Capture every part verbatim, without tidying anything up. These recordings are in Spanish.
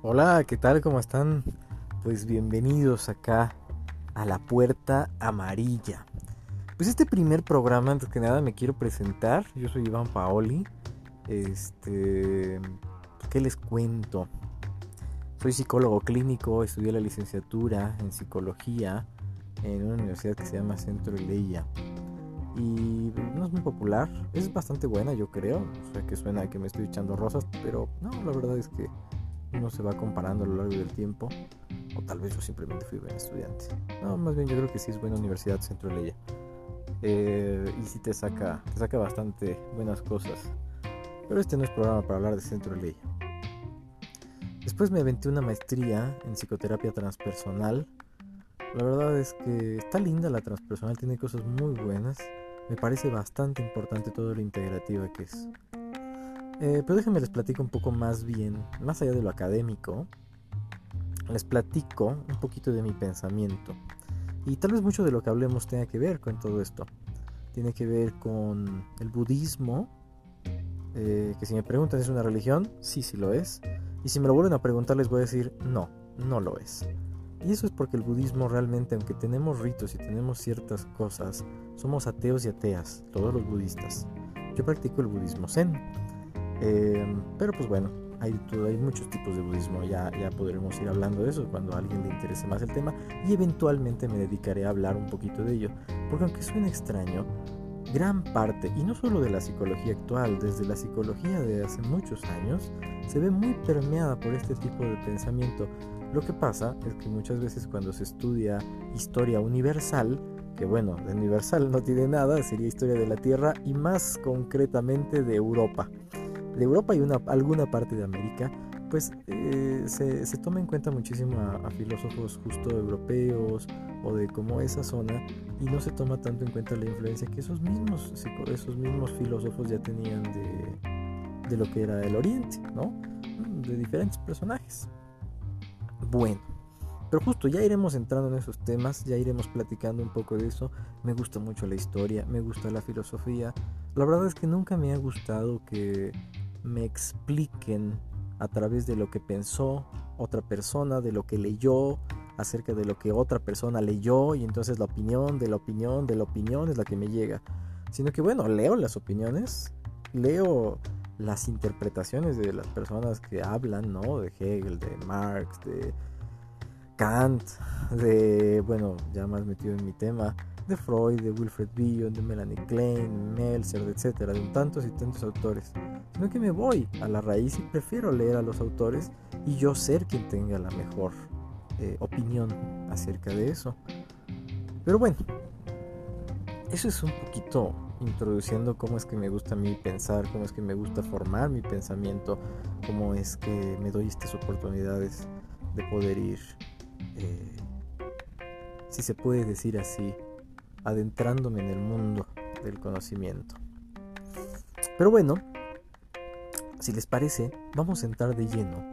Hola, ¿qué tal? ¿Cómo están? Pues bienvenidos acá a La Puerta Amarilla. Pues este primer programa, antes que nada, me quiero presentar. Yo soy Iván Paoli. Este, pues, ¿qué les cuento? Soy psicólogo clínico, estudié la licenciatura en psicología en una universidad que se llama Centro Eleya. Y no es muy popular, es bastante buena, yo creo. O sea, que suena a que me estoy echando rosas, pero no, la verdad es que uno se va comparando a lo largo del tiempo. O tal vez yo simplemente fui buen estudiante. No, más bien yo creo que sí es buena universidad Centro Leia. Eh, y sí te saca, te saca bastante buenas cosas. Pero este no es programa para hablar de Centro Leia. Después me aventé una maestría en psicoterapia transpersonal. La verdad es que está linda la transpersonal, tiene cosas muy buenas. Me parece bastante importante todo lo integrativa que es. Eh, pero déjenme les platico un poco más bien, más allá de lo académico, les platico un poquito de mi pensamiento. Y tal vez mucho de lo que hablemos tenga que ver con todo esto. Tiene que ver con el budismo, eh, que si me preguntan si es una religión, sí, sí lo es. Y si me lo vuelven a preguntar les voy a decir, no, no lo es. Y eso es porque el budismo realmente, aunque tenemos ritos y tenemos ciertas cosas, somos ateos y ateas, todos los budistas. Yo practico el budismo zen. Eh, pero pues bueno, hay, hay muchos tipos de budismo, ya, ya podremos ir hablando de eso cuando a alguien le interese más el tema y eventualmente me dedicaré a hablar un poquito de ello, porque aunque suene extraño, gran parte, y no solo de la psicología actual, desde la psicología de hace muchos años, se ve muy permeada por este tipo de pensamiento. Lo que pasa es que muchas veces cuando se estudia historia universal, que bueno, de universal no tiene nada, sería historia de la Tierra y más concretamente de Europa. De Europa y una, alguna parte de América, pues eh, se, se toma en cuenta muchísimo a, a filósofos justo europeos o de como esa zona y no se toma tanto en cuenta la influencia que esos mismos, esos mismos filósofos ya tenían de, de lo que era el Oriente, ¿no? De diferentes personajes. Bueno, pero justo ya iremos entrando en esos temas, ya iremos platicando un poco de eso. Me gusta mucho la historia, me gusta la filosofía. La verdad es que nunca me ha gustado que me expliquen a través de lo que pensó otra persona, de lo que leyó, acerca de lo que otra persona leyó, y entonces la opinión de la opinión de la opinión es la que me llega. Sino que bueno, leo las opiniones, leo las interpretaciones de las personas que hablan, ¿no? De Hegel, de Marx, de Kant, de, bueno, ya más metido en mi tema, de Freud, de Wilfred Bion, de Melanie Klein, Meltzer, etcétera, de tantos y tantos autores, sino que me voy a la raíz y prefiero leer a los autores y yo ser quien tenga la mejor eh, opinión acerca de eso. Pero bueno, eso es un poquito introduciendo cómo es que me gusta a mí pensar, cómo es que me gusta formar mi pensamiento, cómo es que me doy estas oportunidades de poder ir, eh, si se puede decir así, adentrándome en el mundo del conocimiento. Pero bueno, si les parece, vamos a entrar de lleno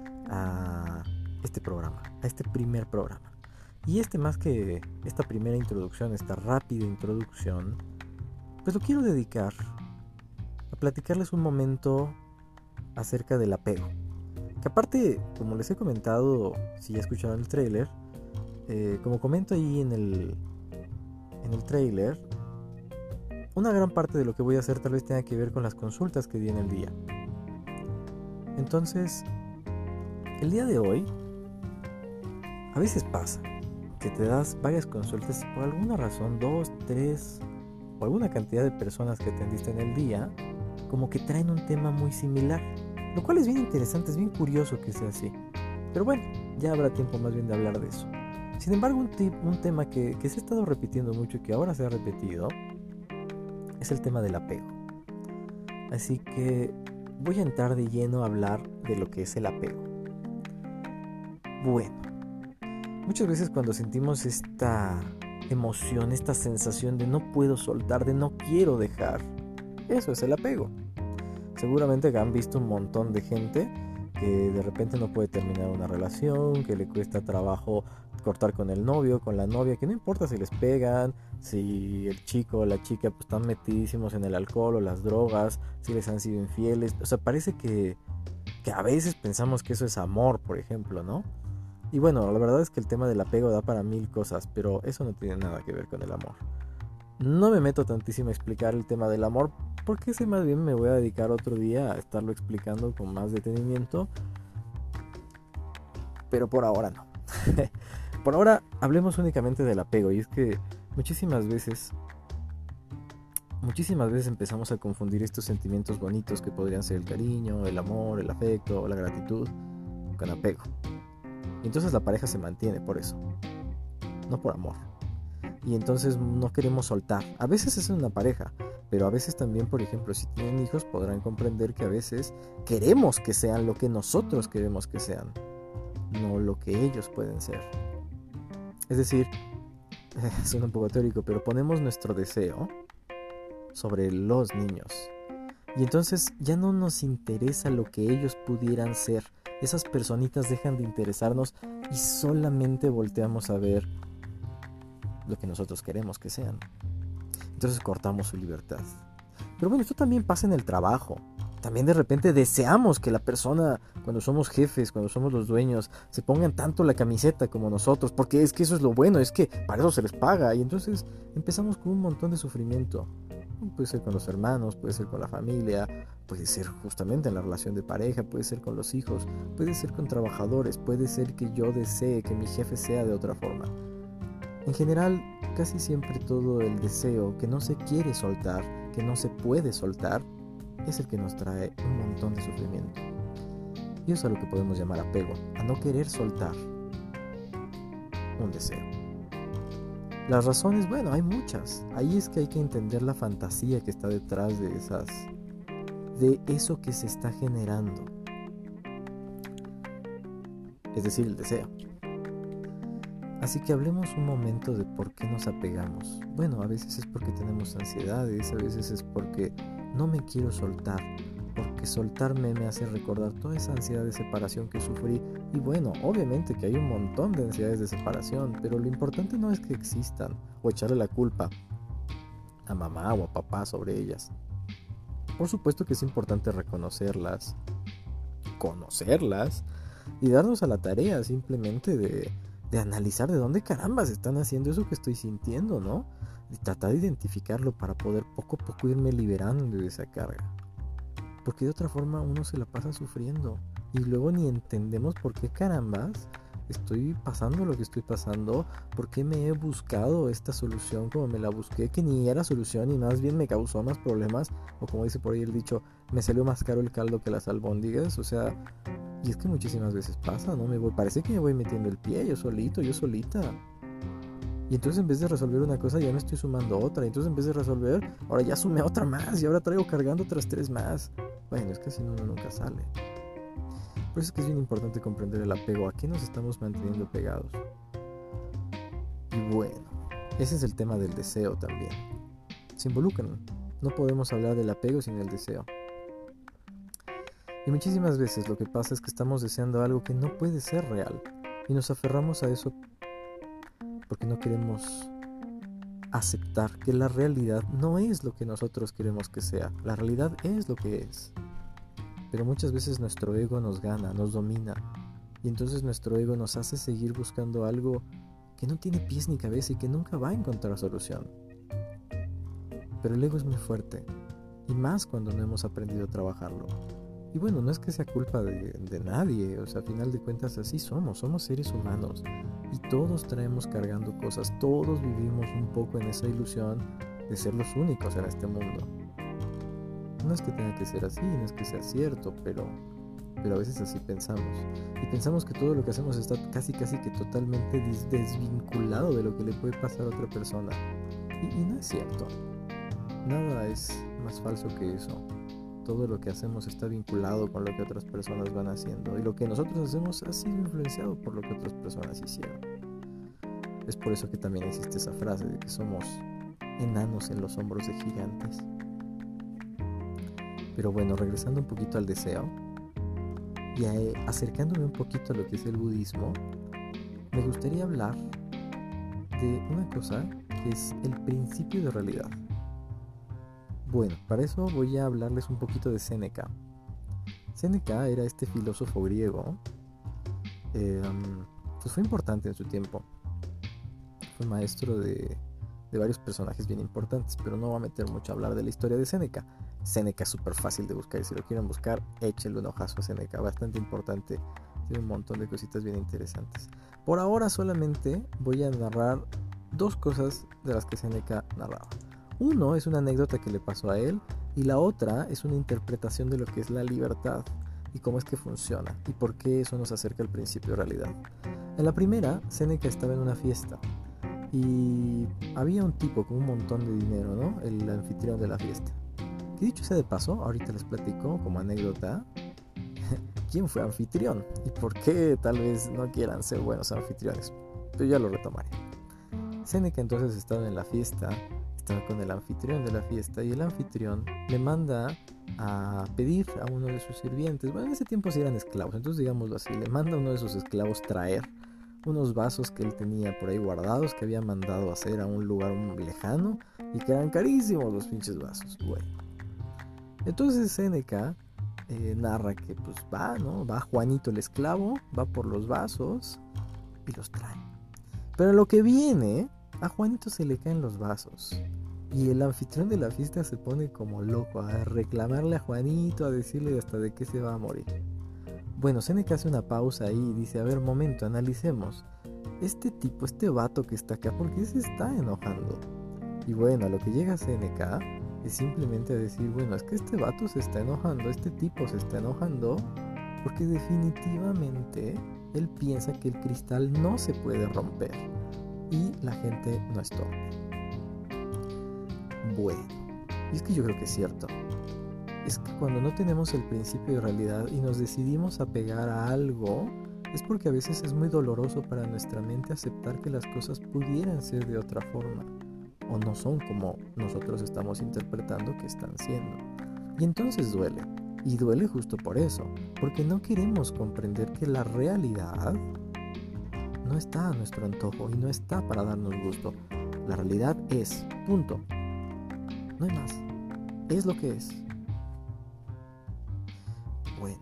a este programa, a este primer programa. Y este, más que esta primera introducción, esta rápida introducción, pues lo quiero dedicar a platicarles un momento acerca del apego. Que aparte, como les he comentado, si ya escucharon el tráiler, eh, como comento ahí en el, en el tráiler, una gran parte de lo que voy a hacer tal vez tenga que ver con las consultas que di en el día. Entonces, el día de hoy, a veces pasa que te das varias consultas y por alguna razón, dos, tres o alguna cantidad de personas que atendiste en el día, como que traen un tema muy similar, lo cual es bien interesante, es bien curioso que sea así. Pero bueno, ya habrá tiempo más bien de hablar de eso. Sin embargo, un, tip, un tema que, que se ha estado repitiendo mucho y que ahora se ha repetido es el tema del apego. Así que voy a entrar de lleno a hablar de lo que es el apego. Bueno, muchas veces cuando sentimos esta emoción, esta sensación de no puedo soltar, de no quiero dejar, eso es el apego. Seguramente han visto un montón de gente que de repente no puede terminar una relación, que le cuesta trabajo cortar con el novio, con la novia, que no importa si les pegan, si el chico o la chica pues están metidísimos en el alcohol o las drogas, si les han sido infieles, o sea, parece que, que a veces pensamos que eso es amor, por ejemplo, ¿no? Y bueno, la verdad es que el tema del apego da para mil cosas, pero eso no tiene nada que ver con el amor. No me meto tantísimo a explicar el tema del amor, porque ese más bien me voy a dedicar otro día a estarlo explicando con más detenimiento, pero por ahora no. Por ahora hablemos únicamente del apego, y es que muchísimas veces, muchísimas veces empezamos a confundir estos sentimientos bonitos que podrían ser el cariño, el amor, el afecto o la gratitud con apego. Y entonces la pareja se mantiene por eso, no por amor. Y entonces no queremos soltar. A veces es una pareja, pero a veces también, por ejemplo, si tienen hijos podrán comprender que a veces queremos que sean lo que nosotros queremos que sean, no lo que ellos pueden ser. Es decir, suena un poco teórico, pero ponemos nuestro deseo sobre los niños. Y entonces ya no nos interesa lo que ellos pudieran ser. Esas personitas dejan de interesarnos y solamente volteamos a ver lo que nosotros queremos que sean. Entonces cortamos su libertad. Pero bueno, esto también pasa en el trabajo. También de repente deseamos que la persona, cuando somos jefes, cuando somos los dueños, se pongan tanto la camiseta como nosotros, porque es que eso es lo bueno, es que para eso se les paga. Y entonces empezamos con un montón de sufrimiento. Puede ser con los hermanos, puede ser con la familia, puede ser justamente en la relación de pareja, puede ser con los hijos, puede ser con trabajadores, puede ser que yo desee que mi jefe sea de otra forma. En general, casi siempre todo el deseo que no se quiere soltar, que no se puede soltar, es el que nos trae un montón de sufrimiento. Y eso es a lo que podemos llamar apego, a no querer soltar un deseo. Las razones, bueno, hay muchas. Ahí es que hay que entender la fantasía que está detrás de esas, de eso que se está generando. Es decir, el deseo. Así que hablemos un momento de por qué nos apegamos. Bueno, a veces es porque tenemos ansiedades, a veces es porque no me quiero soltar, porque soltarme me hace recordar toda esa ansiedad de separación que sufrí. Y bueno, obviamente que hay un montón de ansiedades de separación, pero lo importante no es que existan o echarle la culpa a mamá o a papá sobre ellas. Por supuesto que es importante reconocerlas, conocerlas y darnos a la tarea simplemente de... de analizar de dónde carambas están haciendo eso que estoy sintiendo, ¿no? Y tratar de identificarlo para poder poco a poco irme liberando de esa carga. Porque de otra forma uno se la pasa sufriendo y luego ni entendemos por qué carambas estoy pasando lo que estoy pasando, por qué me he buscado esta solución como me la busqué, que ni era solución y más bien me causó más problemas, o como dice por ahí el dicho, me salió más caro el caldo que las albóndigas. O sea, y es que muchísimas veces pasa, ¿no? Me voy, parece que me voy metiendo el pie, yo solito, yo solita. Y entonces en vez de resolver una cosa ya me estoy sumando otra. Y entonces en vez de resolver, ahora ya sumé otra más. Y ahora traigo cargando otras tres más. Bueno, es que así uno nunca sale. Por eso es que es bien importante comprender el apego. ¿A qué nos estamos manteniendo pegados? Y bueno, ese es el tema del deseo también. Se involucran. No podemos hablar del apego sin el deseo. Y muchísimas veces lo que pasa es que estamos deseando algo que no puede ser real y nos aferramos a eso porque no queremos aceptar que la realidad no es lo que nosotros queremos que sea. La realidad es lo que es. Pero muchas veces nuestro ego nos gana, nos domina, y entonces nuestro ego nos hace seguir buscando algo que no tiene pies ni cabeza y que nunca va a encontrar solución. Pero el ego es muy fuerte, y más cuando no hemos aprendido a trabajarlo. Y bueno, no es que sea culpa de, de nadie, o sea, a final de cuentas así somos, somos seres humanos y todos traemos cargando cosas, todos vivimos un poco en esa ilusión de ser los únicos en este mundo. No es que tenga que ser así, no es que sea cierto, pero, pero a veces así pensamos. Y pensamos que todo lo que hacemos está casi casi que totalmente des- desvinculado de lo que le puede pasar a otra persona. Y, y no es cierto, nada es más falso que eso. Todo lo que hacemos está vinculado con lo que otras personas van haciendo y lo que nosotros hacemos ha sido influenciado por lo que otras personas hicieron. Es por eso que también existe esa frase de que somos enanos en los hombros de gigantes. Pero bueno, regresando un poquito al deseo y a, acercándome un poquito a lo que es el budismo, me gustaría hablar de una cosa que es el principio de realidad. Bueno, para eso voy a hablarles un poquito de Séneca. Séneca era este filósofo griego, eh, pues fue importante en su tiempo, fue maestro de, de varios personajes bien importantes, pero no voy a meter mucho a hablar de la historia de Séneca. Séneca es súper fácil de buscar, y si lo quieren buscar, échenle un ojazo a Séneca, bastante importante, tiene un montón de cositas bien interesantes. Por ahora solamente voy a narrar dos cosas de las que Séneca narraba. Uno es una anécdota que le pasó a él, y la otra es una interpretación de lo que es la libertad y cómo es que funciona y por qué eso nos acerca al principio de realidad. En la primera, Séneca estaba en una fiesta y había un tipo con un montón de dinero, ¿no? El anfitrión de la fiesta. Que dicho sea de paso, ahorita les platico como anécdota quién fue anfitrión y por qué tal vez no quieran ser buenos anfitriones, pero ya lo retomaré. Séneca entonces estaba en la fiesta, estaba con el anfitrión de la fiesta y el anfitrión le manda a pedir a uno de sus sirvientes, bueno, en ese tiempo sí eran esclavos, entonces digámoslo así, le manda a uno de sus esclavos traer unos vasos que él tenía por ahí guardados, que había mandado a hacer a un lugar lejano y que eran carísimos los pinches vasos. Bueno, entonces Séneca eh, narra que pues va, ¿no? Va Juanito el esclavo, va por los vasos y los trae. Pero lo que viene, a Juanito se le caen los vasos. Y el anfitrión de la fiesta se pone como loco a reclamarle a Juanito, a decirle hasta de qué se va a morir. Bueno, Séneca hace una pausa ahí y dice, a ver, momento, analicemos. Este tipo, este vato que está acá, ¿por qué se está enojando? Y bueno, a lo que llega Séneca es simplemente a decir, bueno, es que este vato se está enojando, este tipo se está enojando, porque definitivamente él piensa que el cristal no se puede romper y la gente no es torpe. Bueno, y es que yo creo que es cierto. Es que cuando no tenemos el principio de realidad y nos decidimos a pegar a algo, es porque a veces es muy doloroso para nuestra mente aceptar que las cosas pudieran ser de otra forma, o no son como nosotros estamos interpretando que están siendo. Y entonces duele, y duele justo por eso, porque no queremos comprender que la realidad no está a nuestro antojo y no está para darnos gusto. La realidad es, punto. No hay más. Es lo que es. Bueno,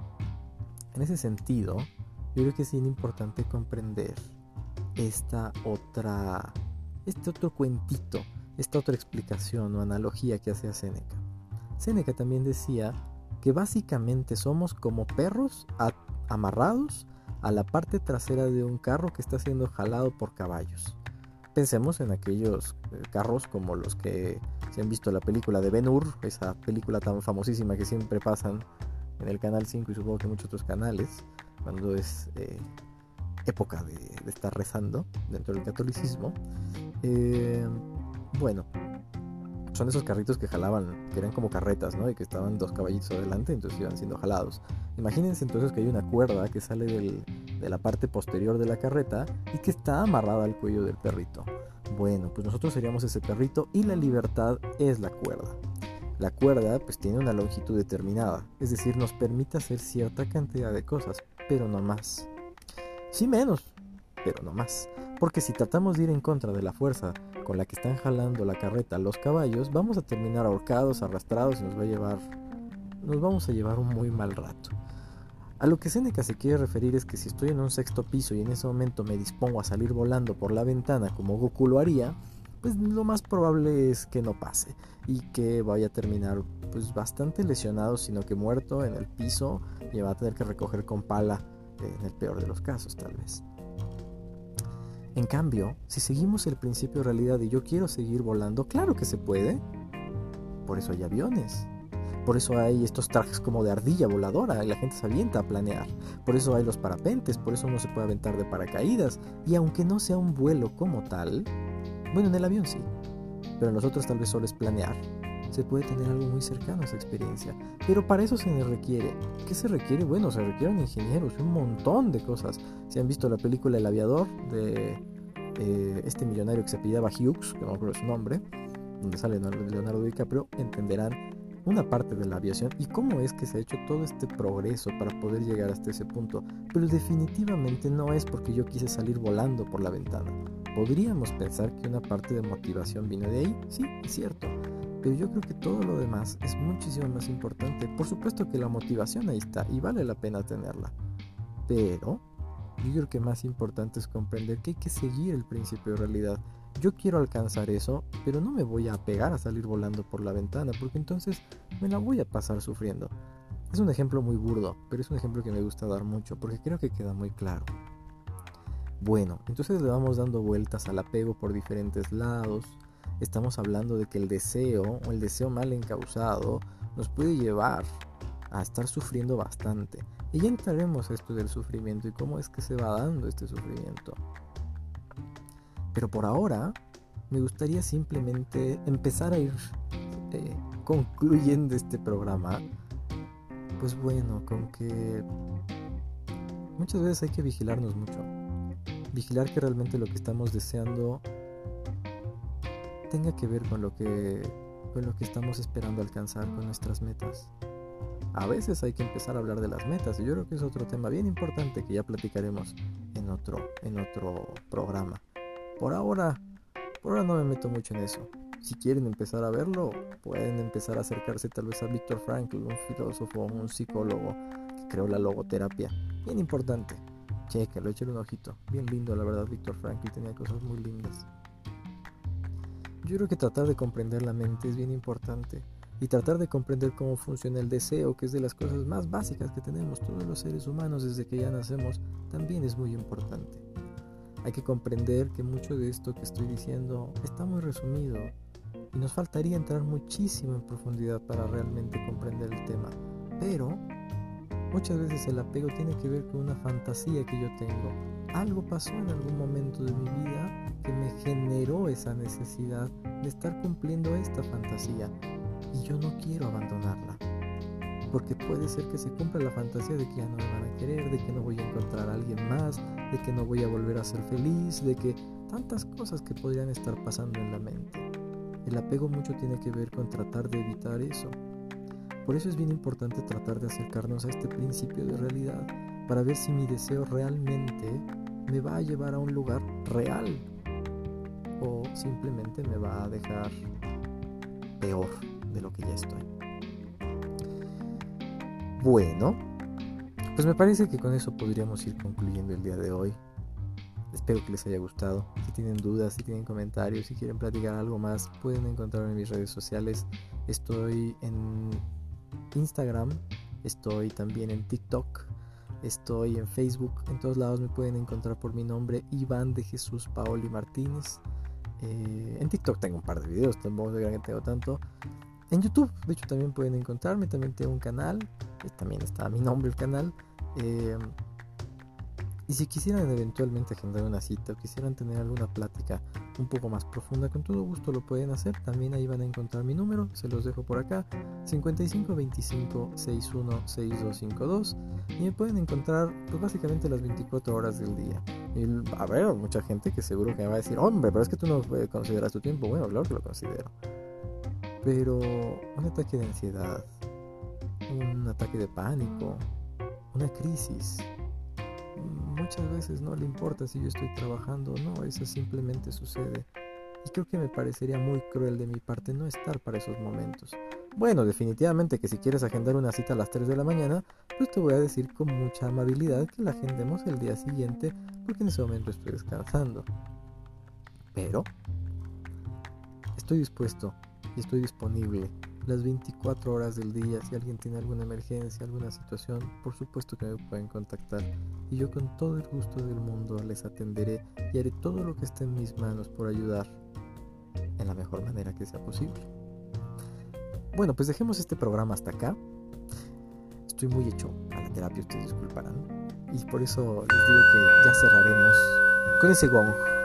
en ese sentido, yo creo que es bien importante comprender esta otra, este otro cuentito, esta otra explicación o analogía que hace a Séneca. Séneca también decía que básicamente somos como perros a- amarrados a la parte trasera de un carro que está siendo jalado por caballos. Pensemos en aquellos carros como los que se han visto la película de Ben-Hur, esa película tan famosísima que siempre pasan en el canal cinco y supongo que muchos otros canales, cuando es eh, época de, de estar rezando dentro del catolicismo. Eh, bueno, son esos carritos que jalaban, que eran como carretas, ¿no? Y que estaban dos caballitos adelante, entonces iban siendo jalados. Imagínense entonces que hay una cuerda que sale del, de la parte posterior de la carreta y que está amarrada al cuello del perrito. Bueno, pues nosotros seríamos ese perrito y la libertad es la cuerda. La cuerda pues tiene una longitud determinada, es decir, nos permite hacer cierta cantidad de cosas, pero no más. Sí menos, pero no más. Porque si tratamos de ir en contra de la fuerza con la que están jalando la carreta los caballos, vamos a terminar ahorcados, arrastrados y nos va a llevar, nos vamos a llevar un muy mal rato. A lo que Séneca se quiere referir es que si estoy en un sexto piso y en ese momento me dispongo a salir volando por la ventana como Goku lo haría, pues lo más probable es que no pase y que vaya a terminar pues bastante lesionado, sino que muerto en el piso y va a tener que recoger con pala, eh, en el peor de los casos tal vez. En cambio, si seguimos el principio de realidad y yo quiero seguir volando, claro que se puede. Por eso hay aviones. Por eso hay estos trajes como de ardilla voladora y la gente se avienta a planear. Por eso hay los parapentes, por eso uno se puede aventar de paracaídas. Y aunque no sea un vuelo como tal, bueno, en el avión sí, pero en los otros tal vez solo es planear, se puede tener algo muy cercano a esa experiencia. Pero para eso se requiere. ¿Qué se requiere? Bueno, se requieren ingenieros y un montón de cosas. Si han visto la película El Aviador de eh, este millonario que se apellidaba Hughes, que no me acuerdo su nombre, donde sale Leonardo DiCaprio, entenderán una parte de la aviación y cómo es que se ha hecho todo este progreso para poder llegar hasta ese punto. Pero definitivamente no es porque yo quise salir volando por la ventana. Podríamos pensar que una parte de motivación vino de ahí, sí, es cierto, Pero yo creo que todo lo demás es muchísimo más importante. Por supuesto que la motivación ahí está y vale la pena tenerla. Pero yo creo que más importante es comprender que hay que seguir el principio de realidad. Yo quiero alcanzar eso, pero no me voy a apegar a salir volando por la ventana, porque entonces me la voy a pasar sufriendo. Es un ejemplo muy burdo, pero es un ejemplo que me gusta dar mucho, porque creo que queda muy claro. Bueno, entonces le vamos dando vueltas al apego por diferentes lados. Estamos hablando de que el deseo, o el deseo mal encausado, nos puede llevar a estar sufriendo bastante. Y ya entraremos a esto del sufrimiento y cómo es que se va dando este sufrimiento. Pero por ahora, me gustaría simplemente empezar a ir eh, concluyendo este programa. Pues bueno, con que muchas veces hay que vigilarnos mucho. Vigilar que realmente lo que estamos deseando tenga que ver con lo que, con lo que estamos esperando alcanzar con nuestras metas. A veces hay que empezar a hablar de las metas y yo creo que es otro tema bien importante que ya platicaremos en otro, en otro programa. Por ahora, por ahora no me meto mucho en eso. Si quieren empezar a verlo, pueden empezar a acercarse tal vez a Viktor Frankl, un filósofo, un psicólogo que creó la logoterapia. Bien importante. Chéquenlo, échale un ojito. Bien lindo, la verdad, Viktor Frankl tenía cosas muy lindas. Yo creo que tratar de comprender la mente es bien importante. Y tratar de comprender cómo funciona el deseo, que es de las cosas más básicas que tenemos todos los seres humanos desde que ya nacemos, también es muy importante. Hay que comprender que mucho de esto que estoy diciendo está muy resumido y nos faltaría entrar muchísimo en profundidad para realmente comprender el tema. Pero muchas veces el apego tiene que ver con una fantasía que yo tengo. Algo pasó en algún momento de mi vida que me generó esa necesidad de estar cumpliendo esta fantasía y yo no quiero abandonarla. Porque puede ser que se cumpla la fantasía de que ya no me van a querer, de que no voy a encontrar a alguien más, de que no voy a volver a ser feliz, de que tantas cosas que podrían estar pasando en la mente. El apego mucho tiene que ver con tratar de evitar eso. Por eso es bien importante tratar de acercarnos a este principio de realidad para ver si mi deseo realmente me va a llevar a un lugar real o simplemente me va a dejar peor de lo que ya estoy. Bueno, pues me parece que con eso podríamos ir concluyendo el día de hoy. Espero que les haya gustado. Si tienen dudas, si tienen comentarios, si quieren platicar algo más, pueden encontrarme en mis redes sociales. Estoy en Instagram, estoy también en TikTok, estoy en Facebook. En todos lados me pueden encontrar por mi nombre, Iván de Jesús Paoli Martínez. Eh, en TikTok tengo un par de videos, tampoco se crean que tengo tanto. En YouTube, de hecho, también pueden encontrarme. También tengo un canal, eh, también está mi nombre el canal. Eh, y si quisieran eventualmente agendar una cita o quisieran tener alguna plática un poco más profunda, con todo gusto lo pueden hacer. También ahí van a encontrar mi número, se los dejo por acá, cincuenta y cinco veinticinco sesenta y uno sesenta y dos cincuenta y dos, y me pueden encontrar pues básicamente las veinticuatro horas del día. Y a ver, mucha gente que seguro que me va a decir, hombre, pero es que tú no consideras tu tiempo. Bueno, claro que lo considero. Pero un ataque de ansiedad, un ataque de pánico, una crisis, muchas veces no le importa si yo estoy trabajando o no, eso simplemente sucede. Y creo que me parecería muy cruel de mi parte no estar para esos momentos. Bueno, definitivamente que si quieres agendar una cita a las tres de la mañana, pues te voy a decir con mucha amabilidad que la agendemos el día siguiente, porque en ese momento estoy descansando. Pero estoy dispuesto y estoy disponible las veinticuatro horas del día. Si alguien tiene alguna emergencia, alguna situación, por supuesto que me pueden contactar y yo con todo el gusto del mundo les atenderé y haré todo lo que esté en mis manos por ayudar en la mejor manera que sea posible. Bueno, pues dejemos este programa hasta acá. Estoy muy hecho a la terapia, ustedes disculparán, y por eso les digo que ya cerraremos con ese gong